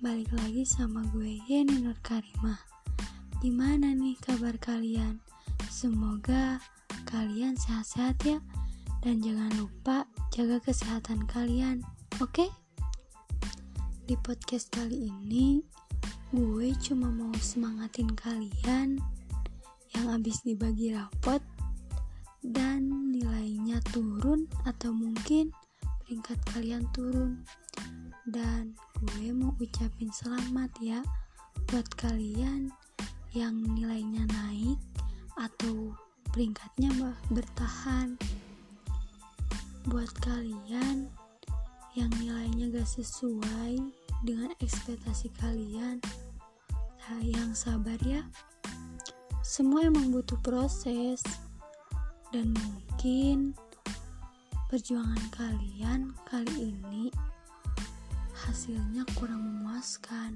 balik lagi sama gue Yeni Nur Karimah. Gimana nih kabar kalian? Semoga kalian sehat-sehat ya. Dan jangan lupa jaga kesehatan kalian, oke? Di podcast kali ini gue cuma mau semangatin kalian yang abis dibagi rapot dan nilainya turun atau mungkin peringkat kalian turun. Dan gue mau ucapin selamat ya buat kalian yang nilainya naik atau peringkatnya bertahan. Buat kalian yang nilainya gak sesuai dengan ekspektasi kalian, yang sabar ya. Semua emang butuh proses, dan mungkin perjuangan kalian kali ini hasilnya kurang memuaskan.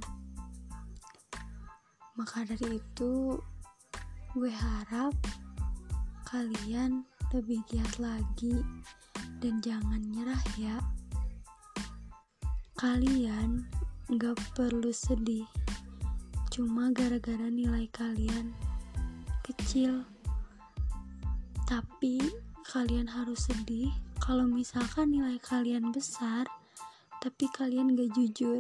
Maka dari itu gue harap kalian lebih giat lagi dan jangan nyerah ya. Kalian gak perlu sedih cuma gara-gara nilai kalian kecil. Tapi kalian harus sedih kalau misalkan nilai kalian besar tapi kalian gak jujur.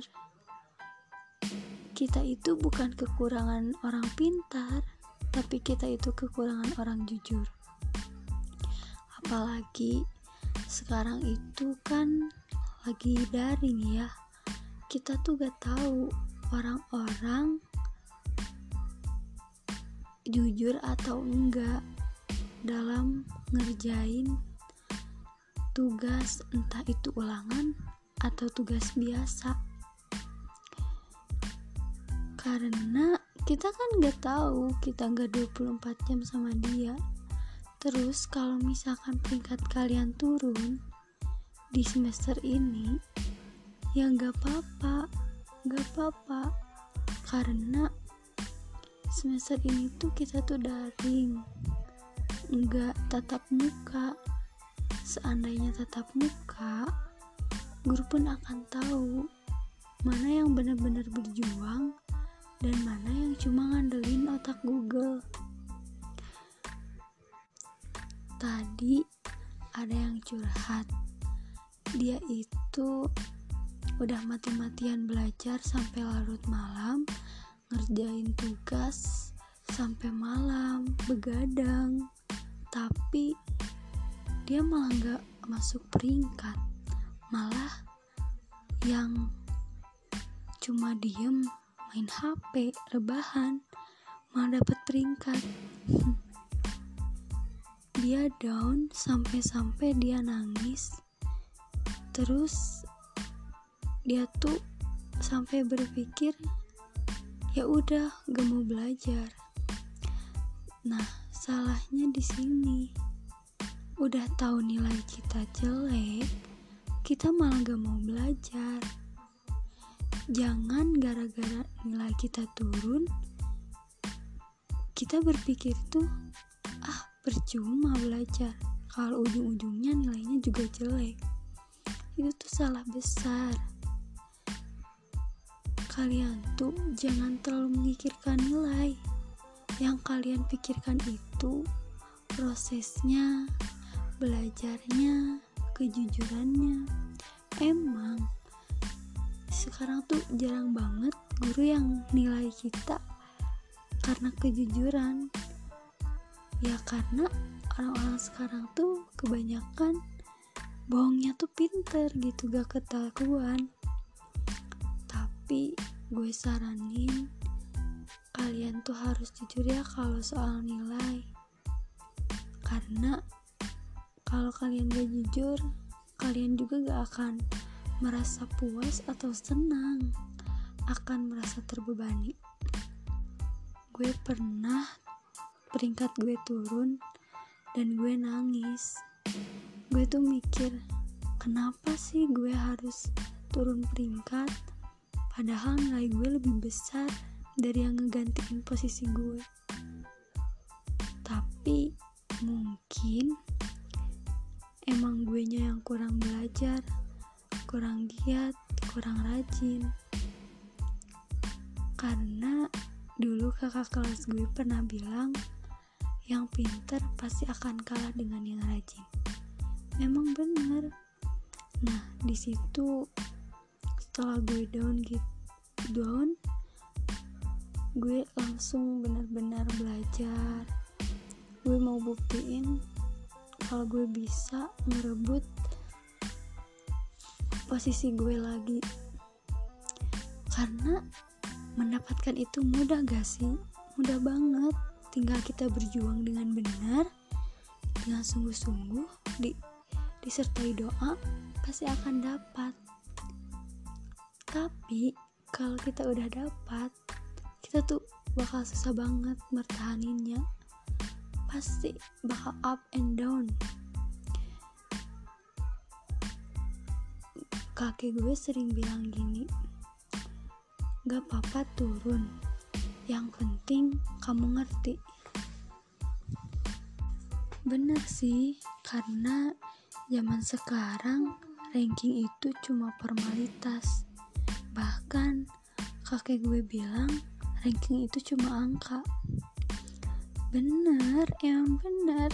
Kita itu bukan kekurangan orang pintar, tapi kita itu kekurangan orang jujur. Apalagi sekarang itu kan lagi daring ya. Kita tuh gak tahu orang-orang jujur atau enggak dalam ngerjain tugas, entah itu ulangan atau tugas biasa. Karena kita kan gak tahu, kita gak 24 jam sama dia. Terus kalau misalkan peringkat kalian turun di semester ini, ya gak apa-apa. Karena semester ini tuh kita tuh daring, gak tatap muka. Seandainya tatap muka, guru pun akan tahu mana yang benar-benar berjuang dan mana yang cuma ngandelin otak Google. Tadi ada yang curhat, dia itu udah mati-matian belajar sampai larut malam, ngerjain tugas sampai malam, begadang, tapi dia malah gak masuk peringkat. Malah yang cuma diem main HP, rebahan, malah dapet peringkat. Dia down sampai dia nangis. Terus dia tuh sampai berpikir ya udah gak mau belajar. Nah, salahnya di sini. Udah tahu nilai kita jelek, kita malah gak mau belajar. Jangan gara-gara nilai kita turun, kita berpikir tuh, percuma belajar kalau ujung-ujungnya nilainya juga jelek. Itu tuh salah besar. Kalian tuh jangan terlalu memikirkan nilai. Yang kalian pikirkan itu prosesnya, belajarnya, kejujurannya. Emang sekarang tuh jarang banget guru yang nilai kita karena kejujuran. Ya karena orang-orang sekarang tuh kebanyakan bohongnya tuh pinter gitu, gak ketahuan. Tapi gue saranin kalian tuh harus jujur ya kalau soal nilai. Karena kalau kalian gak jujur, kalian juga gak akan merasa puas atau senang, akan merasa terbebani. Gue pernah peringkat gue turun dan gue nangis. Gue tuh mikir, kenapa sih gue harus turun peringkat padahal nilai gue lebih besar dari yang ngegantiin posisi gue. Tapi mungkin emang guenya yang kurang belajar, kurang giat, kurang rajin. Karena dulu kakak kelas gue pernah bilang, yang pinter pasti akan kalah dengan yang rajin. Memang benar. Nah, di situ setelah gue down, gue langsung benar-benar belajar. Gue mau buktiin kalau gue bisa ngerebut posisi gue lagi. Karena mendapatkan itu mudah gak sih? Mudah banget. Tinggal kita berjuang dengan benar, dengan sungguh-sungguh, disertai doa, pasti akan dapat. Tapi kalau kita udah dapat, kita tuh bakal susah banget mertahaninnya. Pasti bakal up and down. Kakek gue sering bilang gini, gak apa-apa turun, yang penting kamu ngerti. Bener sih, karena zaman sekarang ranking itu cuma formalitas. Bahkan kakek gue bilang ranking itu cuma angka. Bener, emang bener.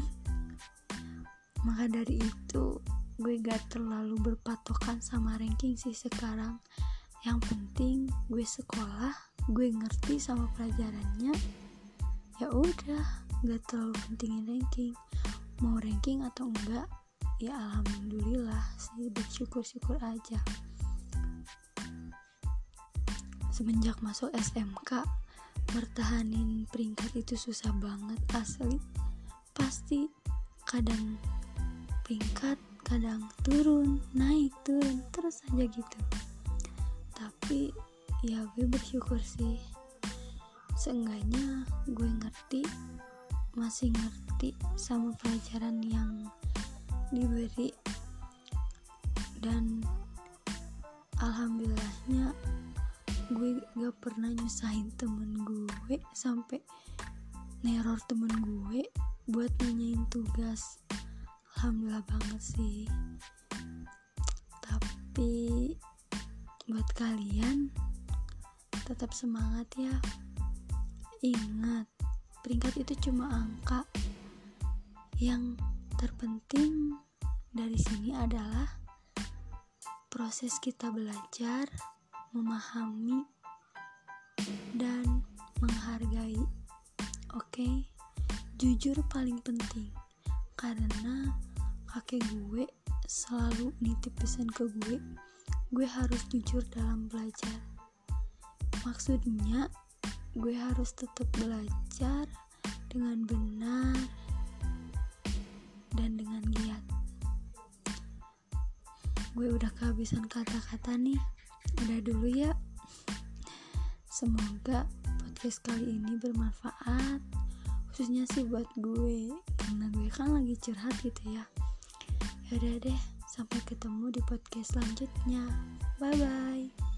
Maka dari itu gue gak terlalu berpatokan sama ranking sih sekarang. Yang penting gue sekolah, gue ngerti sama pelajarannya, ya udah, gak terlalu pentingin ranking. Mau ranking atau enggak, ya alhamdulillah sih, bersyukur-syukur aja. Semenjak masuk SMK, mertahanin peringkat itu susah banget asli. Pasti kadang peringkat, kadang turun, naik, turun, terus aja gitu. Tapi ya gue bersyukur sih, seenggaknya gue masih ngerti sama pelajaran yang diberi. Dan alhamdulillahnya gue gak pernah nyusahin temen gue sampai neror temen gue buat nanyain tugas. Alhamdulillah banget sih. Tapi buat kalian, tetap semangat ya. Ingat, peringkat itu cuma angka. Yang terpenting dari sini adalah proses kita belajar, memahami, dan menghargai. Oke? Jujur paling penting. Karena kakek gue selalu nitip pesan ke gue harus jujur dalam belajar. Maksudnya, gue harus tetap belajar dengan benar dan dengan giat. Gue udah kehabisan kata-kata nih. Udah dulu ya. Semoga podcast kali ini bermanfaat, khususnya sih buat gue, karena gue kan lagi curhat gitu ya. Yaudah deh, sampai ketemu di podcast selanjutnya. Bye bye.